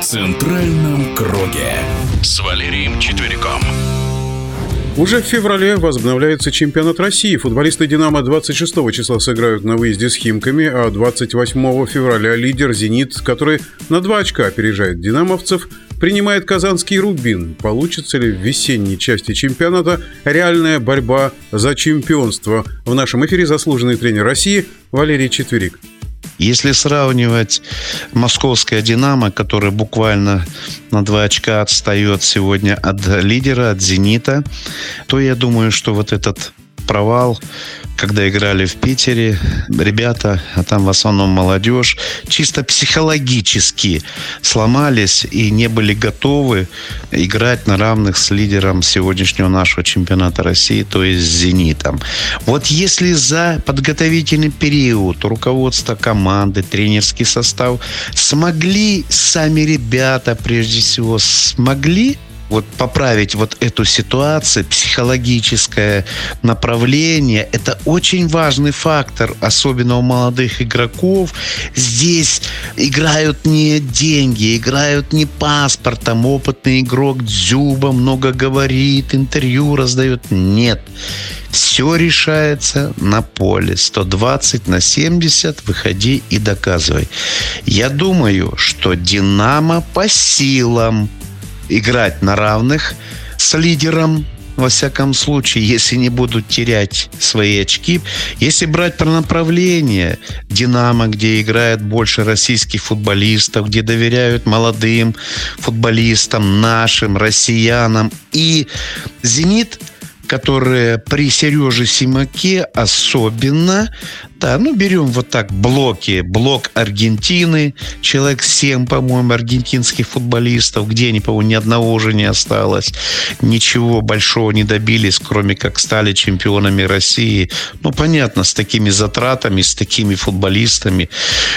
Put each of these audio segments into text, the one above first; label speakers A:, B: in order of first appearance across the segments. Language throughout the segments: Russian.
A: центральном круге с Валерием Четвериком.
B: Уже в феврале возобновляется чемпионат России. Футболисты «Динамо» 26 числа сыграют на выезде с «Химками», а 28 февраля лидер «Зенит», который на 2 очка опережает динамовцев, принимает казанский «Рубин». Получится ли в весенней части чемпионата реальная борьба за чемпионство? В нашем эфире заслуженный тренер России Валерий Четверик.
C: Если сравнивать московское «Динамо», которое буквально на 2 очка отстает сегодня от лидера, от «Зенита», то я думаю, что вот этот провал, когда играли в Питере, ребята, а там в основном молодежь, чисто психологически сломались и не были готовы играть на равных с лидером сегодняшнего нашего чемпионата России, то есть с «Зенитом». Вот если за подготовительный период руководство команды, тренерский состав смогли сами ребята, прежде всего, смогли вот поправить вот эту ситуацию, психологическое направление, это очень важный фактор, особенно у молодых игроков. Здесь играют не деньги, играют не паспортом. Опытный игрок Дзюба много говорит, интервью раздает. Нет. Все решается на поле. 120/70. Выходи и доказывай. Я думаю, что «Динамо» по силам играть на равных с лидером, во всяком случае, если не будут терять свои очки. Если брать про направление «Динамо», где играет больше российских футболистов, где доверяют молодым футболистам, нашим, россиянам, и «Зенит», которые при Сереже Симаке особенно, да, берем вот так блоки. Блок Аргентины, человек 7, по-моему, аргентинских футболистов, где они, по-моему, ни одного уже не осталось. Ничего большого не добились, кроме как стали чемпионами России. Понятно, с такими затратами, с такими футболистами,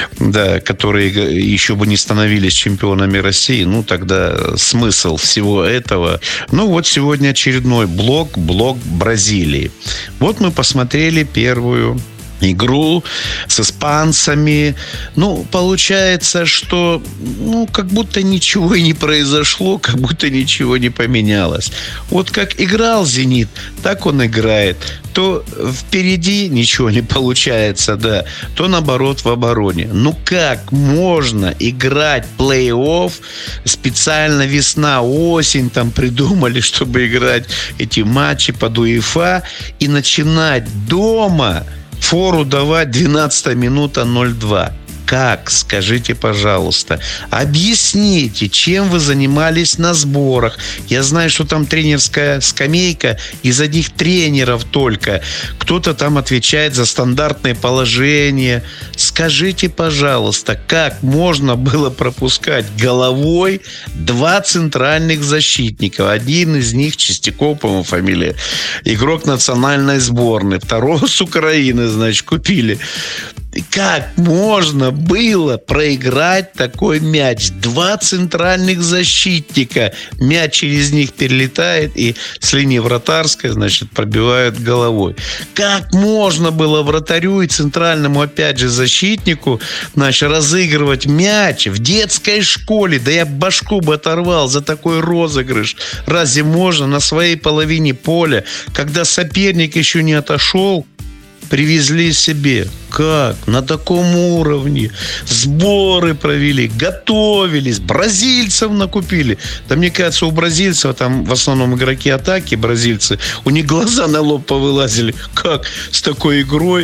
C: да, которые еще бы не становились чемпионами России, тогда смысл всего этого. Вот сегодня очередной блок Бразилии. Вот мы посмотрели первую игру с испанцами. Получается, что как будто ничего и не произошло, как будто ничего не поменялось. Вот как играл «Зенит», так он играет. То впереди ничего не получается, да, то наоборот в обороне. Как можно играть плей-офф? Специально весна, осень там придумали, чтобы играть эти матчи под УЕФА и начинать дома фору давать 12 минута 0-2. Как? Скажите, пожалуйста. Объясните, чем вы занимались на сборах. Я знаю, что там тренерская скамейка из одних тренеров только. Кто-то там отвечает за стандартные положения. Скажите, пожалуйста, как можно было пропускать головой 2 центральных защитников? Один из них Чистяков, по-моему, фамилия. Игрок национальной сборной. Второго с Украины, купили. Как можно было проиграть такой мяч? 2 центральных защитника. Мяч через них перелетает и с линии вратарской, пробивают головой. Как можно было вратарю и центральному, опять же, защитнику, разыгрывать мяч в детской школе? Да я башку бы оторвал за такой розыгрыш. Разве можно на своей половине поля, когда соперник еще не отошел, привезли себе? Как? На таком уровне. Сборы провели, готовились, бразильцев накупили. Да мне кажется, у бразильцев, там в основном игроки атаки, бразильцы, у них глаза на лоб повылазили. Как с такой игрой,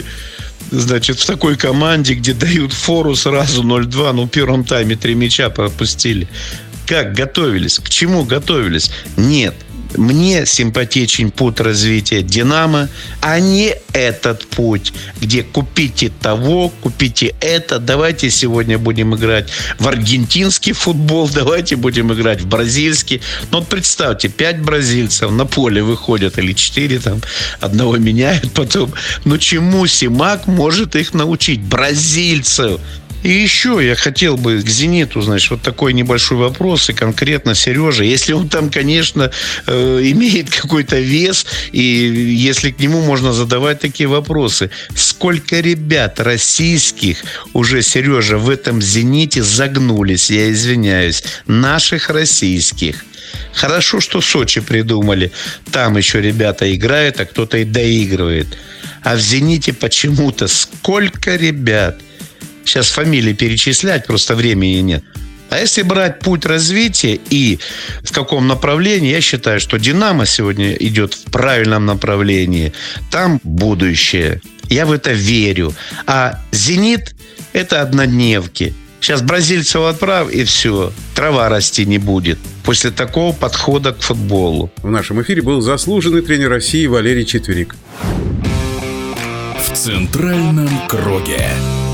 C: в такой команде, где дают фору сразу 0-2, в первом тайме 3 мяча пропустили. Как готовились? К чему готовились? Нет. Мне симпатичен путь развития «Динамо», а не этот путь, где купите того, купите это. Давайте сегодня будем играть в аргентинский футбол, давайте будем играть в бразильский. Представьте, 5 бразильцев на поле выходят, или 4, одного меняют потом. Чему Симак может их научить? Бразильцев. И еще я хотел бы к «Зениту», значит, вот такой небольшой вопрос, и конкретно Сережа, если он там, конечно, имеет какой-то вес, и если к нему можно задавать такие вопросы. Сколько ребят российских уже, Сережа, в этом «Зените» загнулись, я извиняюсь, наших российских. Хорошо, что Сочи придумали. Там еще ребята играют, а кто-то и доигрывает. А в «Зените» почему-то сколько ребят. Сейчас фамилии перечислять, просто времени нет. А если брать путь развития и в каком направлении, я считаю, что «Динамо» сегодня идет в правильном направлении. Там будущее. Я в это верю. А «Зенит» – это однодневки. Сейчас бразильцев отправь, и все. Трава расти не будет. После такого подхода к футболу.
B: В нашем эфире был заслуженный тренер России Валерий Четверик.
A: В центральном круге.